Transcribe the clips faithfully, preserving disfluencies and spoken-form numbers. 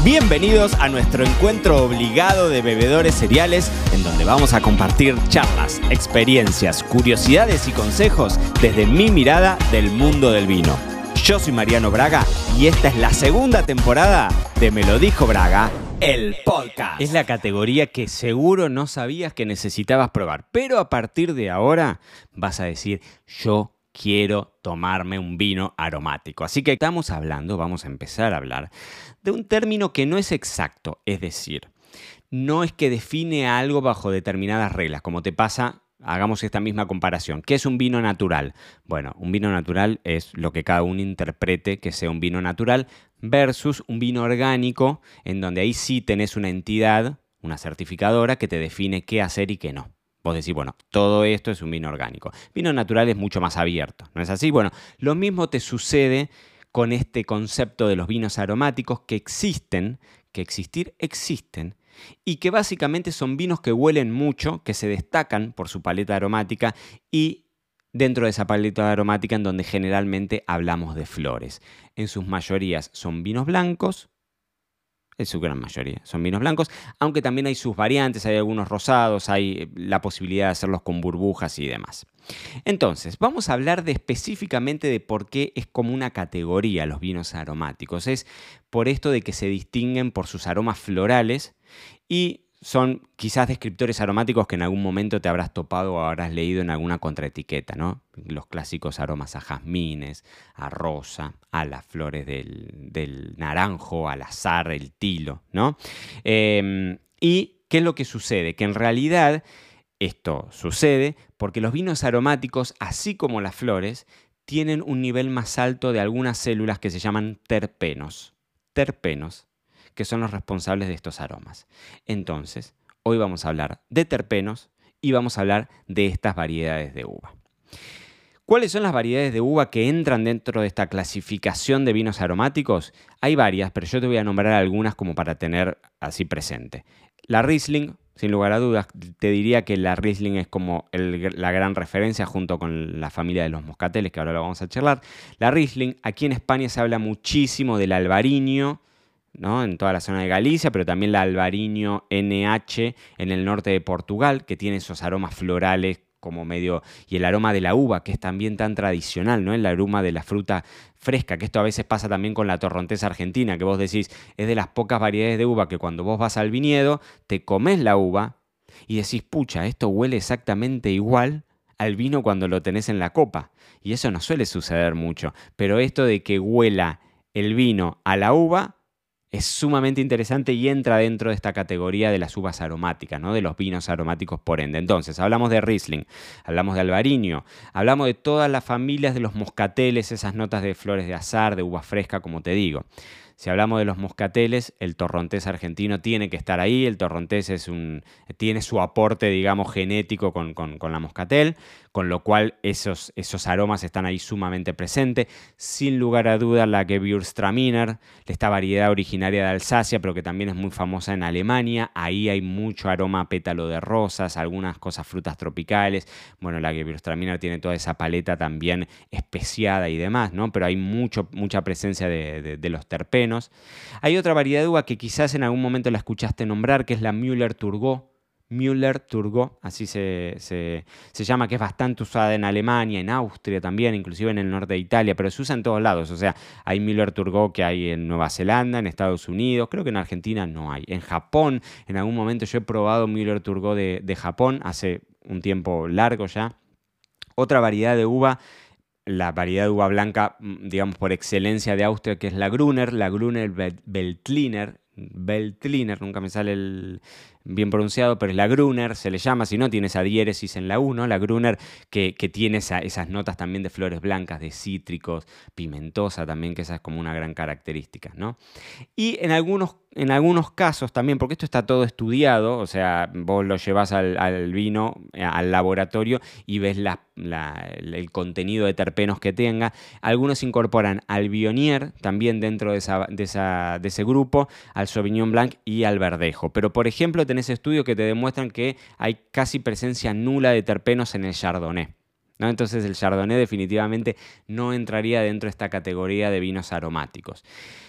Bienvenidos a nuestro encuentro obligado de bebedores seriales, en donde vamos a compartir charlas, experiencias, curiosidades y consejos desde mi mirada del mundo del vino. Yo soy Mariano Braga y esta es la segunda temporada de Me lo dijo Braga, el podcast. Es la categoría que seguro no sabías que necesitabas probar, pero a partir de ahora vas a decir, yo quiero tomarme un vino aromático. Así que estamos hablando, vamos a empezar a hablar de un término que no es exacto, es decir, no es que define algo bajo determinadas reglas, como te pasa, hagamos esta misma comparación. ¿Qué es un vino natural? Bueno, un vino natural es lo que cada uno interprete que sea un vino natural versus un vino orgánico, en donde ahí sí tenés una entidad, una certificadora, que te define qué hacer y qué no. Vos decís, bueno, todo esto es un vino orgánico. Vino natural es mucho más abierto, ¿no es así? Bueno, lo mismo te sucede con este concepto de los vinos aromáticos que existen, que existir existen, y que básicamente son vinos que huelen mucho, que se destacan por su paleta aromática y dentro de esa paleta aromática en donde generalmente hablamos de flores. En sus mayorías son vinos blancos, en su gran mayoría son vinos blancos, aunque también hay sus variantes, hay algunos rosados, hay la posibilidad de hacerlos con burbujas y demás. Entonces, vamos a hablar de específicamente de por qué es como una categoría los vinos aromáticos. Es por esto de que se distinguen por sus aromas florales y son quizás descriptores aromáticos que en algún momento te habrás topado o habrás leído en alguna contraetiqueta, ¿no? Los clásicos aromas a jazmines, a rosa, a las flores del, del naranjo, al azahar, el tilo, ¿no? Eh, ¿Y qué es lo que sucede? Que en realidad esto sucede porque los vinos aromáticos, así como las flores, tienen un nivel más alto de algunas células que se llaman terpenos. Terpenos, que son los responsables de estos aromas. Entonces, hoy vamos a hablar de terpenos y vamos a hablar de estas variedades de uva. ¿Cuáles son las variedades de uva que entran dentro de esta clasificación de vinos aromáticos? Hay varias, pero yo te voy a nombrar algunas como para tener así presente. La Riesling, sin lugar a dudas, te diría que la Riesling es como el, la gran referencia junto con la familia de los moscateles, que ahora lo vamos a charlar. La Riesling, aquí en España se habla muchísimo del Albariño, ¿no? En toda la zona de Galicia, pero también la Albariño N H en el norte de Portugal, que tiene esos aromas florales como medio, y el aroma de la uva, que es también tan tradicional, ¿no? El aroma de la fruta fresca, que esto a veces pasa también con la torrontés argentina, que vos decís, es de las pocas variedades de uva que cuando vos vas al viñedo, te comes la uva y decís, pucha, esto huele exactamente igual al vino cuando lo tenés en la copa. Y eso no suele suceder mucho, pero esto de que huela el vino a la uva es sumamente interesante y entra dentro de esta categoría de las uvas aromáticas, ¿no? De los vinos aromáticos por ende. Entonces, hablamos de Riesling, hablamos de Albariño, hablamos de todas las familias de los moscateles, esas notas de flores de azahar, de uva fresca, como te digo. Si hablamos de los moscateles, el torrontés argentino tiene que estar ahí. El torrontés es un, tiene su aporte, digamos, genético con, con, con la moscatel, con lo cual esos, esos aromas están ahí sumamente presentes. Sin lugar a dudas, la Gewürztraminer, esta variedad originaria de Alsacia, pero que también es muy famosa en Alemania. Ahí hay mucho aroma a pétalo de rosas, algunas cosas frutas tropicales. Bueno, la Gewürztraminer tiene toda esa paleta también especiada y demás, ¿no? Pero hay mucho, mucha presencia de, de, de los terpenos. Hay otra variedad de uva que quizás en algún momento la escuchaste nombrar, que es la Müller-Thurgau. Müller-Thurgau, así se, se, se llama, que es bastante usada en Alemania, en Austria también, inclusive en el norte de Italia, pero se usa en todos lados. O sea, hay Müller-Thurgau que hay en Nueva Zelanda, en Estados Unidos, creo que en Argentina no hay. En Japón, en algún momento yo he probado Müller-Thurgau de, de Japón, hace un tiempo largo ya. Otra variedad de uva, la variedad de uva blanca, digamos, por excelencia de Austria, que es la Gruner, la Gruner Veltliner, Veltliner, nunca me sale el bien pronunciado, pero es la Gruner, se le llama, si no tiene esa diéresis en la U, ¿no? La Gruner que, que tiene esa, esas notas también de flores blancas, de cítricos, pimentosa también, que esa es como una gran característica, ¿no? Y en algunos, en algunos casos también, porque esto está todo estudiado, o sea, vos lo llevas al, al vino, al laboratorio y ves la, la, el contenido de terpenos que tenga. Algunos incorporan al Viognier, también dentro de, esa, de, esa, de ese grupo, al Sauvignon Blanc y al Verdejo. Pero, por ejemplo, tenés estudios que te demuestran que hay casi presencia nula de terpenos en el Chardonnay, ¿no? Entonces el Chardonnay definitivamente no entraría dentro de esta categoría de vinos aromáticos.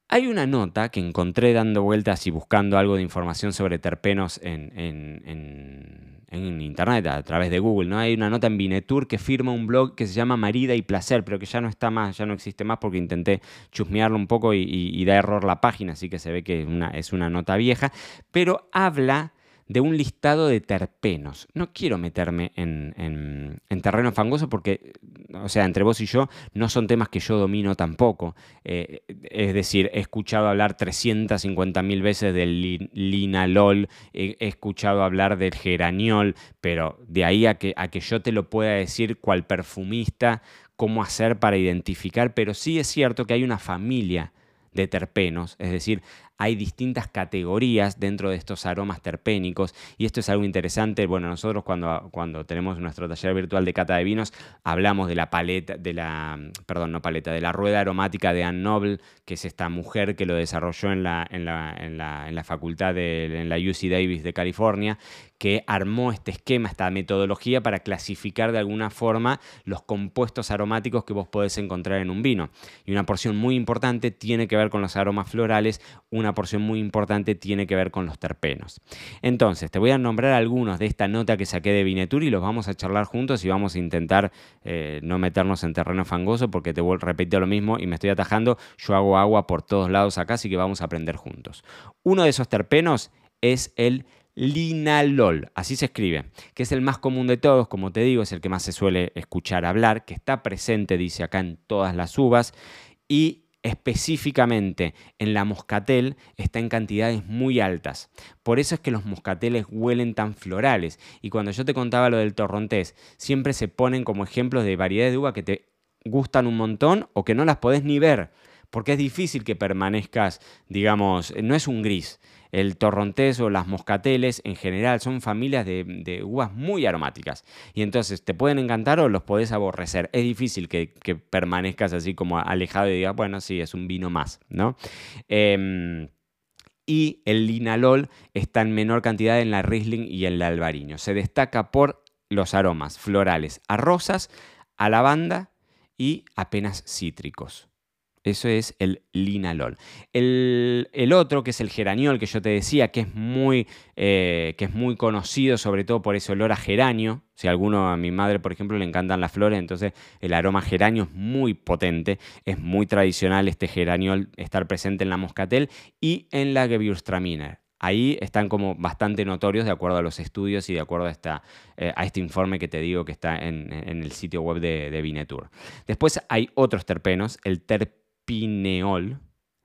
Hay una nota que encontré dando vueltas y buscando algo de información sobre terpenos en, en, en, en internet, a través de Google, ¿no? Hay una nota en Vinetour que firma un blog que se llama Marida y Placer, pero que ya no está más, ya no existe más porque intenté chusmearlo un poco y, y, y da error la página, así que se ve que una, es una nota vieja, pero habla de un listado de terpenos. No quiero meterme en, en, en terreno fangoso porque, o sea, entre vos y yo, no son temas que yo domino tampoco. Eh, es decir, he escuchado hablar trescientas cincuenta mil veces del li, linalol, he, he escuchado hablar del geraniol, pero de ahí a que, a que yo te lo pueda decir cual perfumista, cómo hacer para identificar, pero sí es cierto que hay una familia de terpenos, es decir, hay distintas categorías dentro de estos aromas terpénicos y esto es algo interesante. Bueno, nosotros cuando, cuando tenemos nuestro taller virtual de cata de vinos hablamos de la paleta, de la, perdón, no paleta, de la rueda aromática de Anne Noble, que es esta mujer que lo desarrolló en la, en la, en la, en la facultad de en la U C Davis de California, que armó este esquema, esta metodología para clasificar de alguna forma los compuestos aromáticos que vos podés encontrar en un vino. Y una porción muy importante tiene que ver con los aromas florales, una porción muy importante tiene que ver con los terpenos. Entonces, te voy a nombrar algunos de esta nota que saqué de Vinetour y los vamos a charlar juntos y vamos a intentar eh, no meternos en terreno fangoso porque te voy a repetir lo mismo y me estoy atajando. Yo hago agua por todos lados acá, así que vamos a aprender juntos. Uno de esos terpenos es el linalol, así se escribe, que es el más común de todos, como te digo, es el que más se suele escuchar hablar, que está presente, dice acá, en todas las uvas y específicamente en la moscatel está en cantidades muy altas. Por eso es que los moscateles huelen tan florales. Y cuando yo te contaba lo del torrontés, siempre se ponen como ejemplos de variedades de uva que te gustan un montón o que no las podés ni ver, porque es difícil que permanezcas, digamos, no es un gris. El torrontés o las moscateles en general son familias de, de uvas muy aromáticas y entonces te pueden encantar o los podés aborrecer. Es difícil que, que permanezcas así como alejado y digas, bueno, sí, es un vino más, ¿no? Eh, y el linalol está en menor cantidad en la Riesling y en la Albariño. Se destaca por los aromas florales a rosas, a lavanda y apenas cítricos. Eso es el linalol. El, el otro, que es el geraniol, que yo te decía, que es muy, eh, que es muy conocido, sobre todo por ese olor a geranio. Si a alguno, a mi madre, por ejemplo, le encantan las flores, entonces el aroma geranio es muy potente. Es muy tradicional este geraniol estar presente en la moscatel y en la Gewürztraminer. Ahí están como bastante notorios de acuerdo a los estudios y de acuerdo a, esta, eh, a este informe que te digo que está en, en el sitio web de, de Vinetour. Después hay otros terpenos, el terpeno. Terpineol,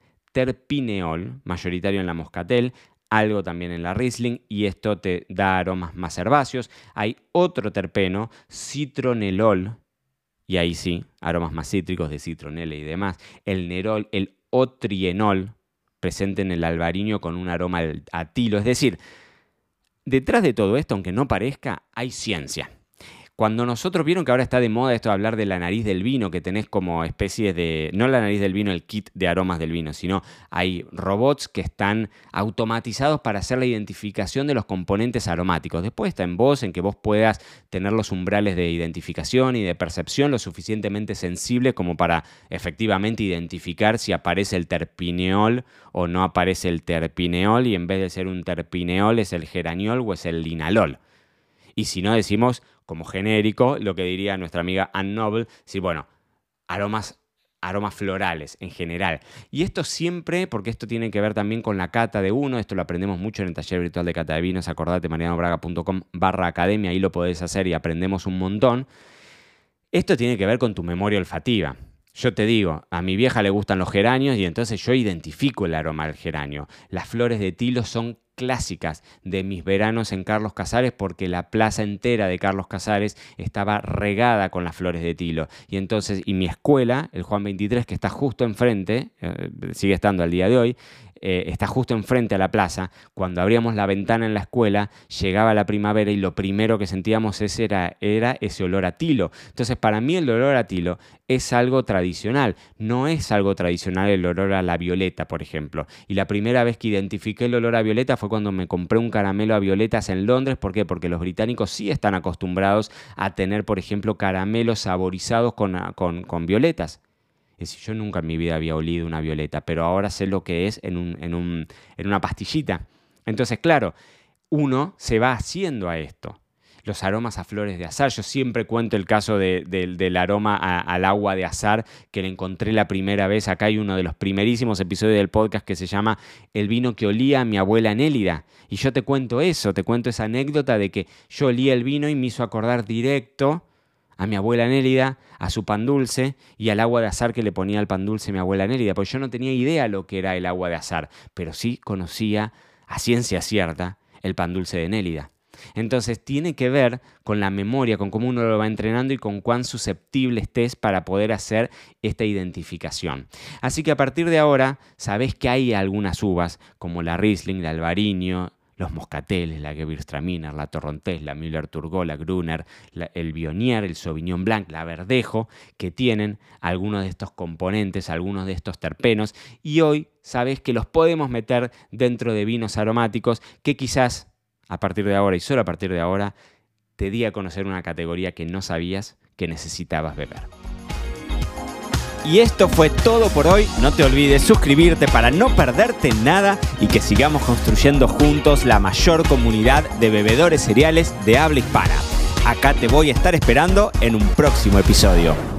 terpineol, mayoritario en la moscatel, algo también en la Riesling, y esto te da aromas más herbáceos. Hay otro terpeno, citronelol, y ahí sí, aromas más cítricos de citronela y demás. El nerol, el otrienol, presente en el albariño con un aroma a tilo. Es decir, detrás de todo esto, aunque no parezca, hay ciencia. Cuando nosotros vieron que ahora está de moda esto de hablar de la nariz del vino, que tenés como especies de, no la nariz del vino, el kit de aromas del vino, sino hay robots que están automatizados para hacer la identificación de los componentes aromáticos. Después está en vos, en que vos puedas tener los umbrales de identificación y de percepción lo suficientemente sensibles como para efectivamente identificar si aparece el terpineol o no aparece el terpineol y en vez de ser un terpineol es el geraniol o es el linalol. Y si no decimos como genérico, lo que diría nuestra amiga Anne Noble, sí, bueno, aromas, aromas florales en general. Y esto siempre, porque esto tiene que ver también con la cata de uno, esto lo aprendemos mucho en el taller virtual de cata de vinos, acordate, marianobraga.com barra academia, ahí lo podés hacer y aprendemos un montón. Esto tiene que ver con tu memoria olfativa. Yo te digo, a mi vieja le gustan los geranios y entonces yo identifico el aroma del geranio. Las flores de tilo son clásicas de mis veranos en Carlos Casares porque la plaza entera de Carlos Casares estaba regada con las flores de tilo. Y entonces, y mi escuela, el Juan veintitrés, que está justo enfrente, eh, sigue estando al día de hoy, eh, está justo enfrente a la plaza. Cuando abríamos la ventana en la escuela, llegaba la primavera y lo primero que sentíamos ese era, era ese olor a tilo. Entonces, para mí el olor a tilo es algo tradicional. No es algo tradicional el olor a la violeta, por ejemplo. Y la primera vez que identifiqué el olor a violeta fue cuando me compré un caramelo a violetas en Londres. ¿Por qué? Porque los británicos sí están acostumbrados a tener, por ejemplo, caramelos saborizados con, con, con violetas. Es decir, yo nunca en mi vida había olido una violeta, pero ahora sé lo que es en, un, en, un, en una pastillita. Entonces, claro, uno se va haciendo a esto. Los aromas a flores de azahar. Yo siempre cuento el caso de, de, del aroma a, al agua de azahar que le encontré la primera vez. Acá hay uno de los primerísimos episodios del podcast que se llama El vino que olía a mi abuela Nélida. Y yo te cuento eso, te cuento esa anécdota de que yo olía el vino y me hizo acordar directo a mi abuela Nélida, a su pan dulce y al agua de azahar que le ponía al pan dulce mi abuela Nélida. Porque yo no tenía idea lo que era el agua de azahar, pero sí conocía a ciencia cierta el pan dulce de Nélida. Entonces tiene que ver con la memoria, con cómo uno lo va entrenando y con cuán susceptible estés para poder hacer esta identificación. Así que a partir de ahora sabés que hay algunas uvas como la Riesling, la Albarino, los moscateles, la Gewürztraminer, la Torrontés, la Müller-Thurgau, la Gruner, la, el Viognier, el Sauvignon Blanc, la Verdejo, que tienen algunos de estos componentes, algunos de estos terpenos, y hoy sabés que los podemos meter dentro de vinos aromáticos que quizás a partir de ahora y solo a partir de ahora te di a conocer una categoría que no sabías que necesitabas beber. Y esto fue todo por hoy. No te olvides suscribirte para no perderte nada y que sigamos construyendo juntos la mayor comunidad de bebedores cereales de habla hispana. Acá te voy a estar esperando en un próximo episodio.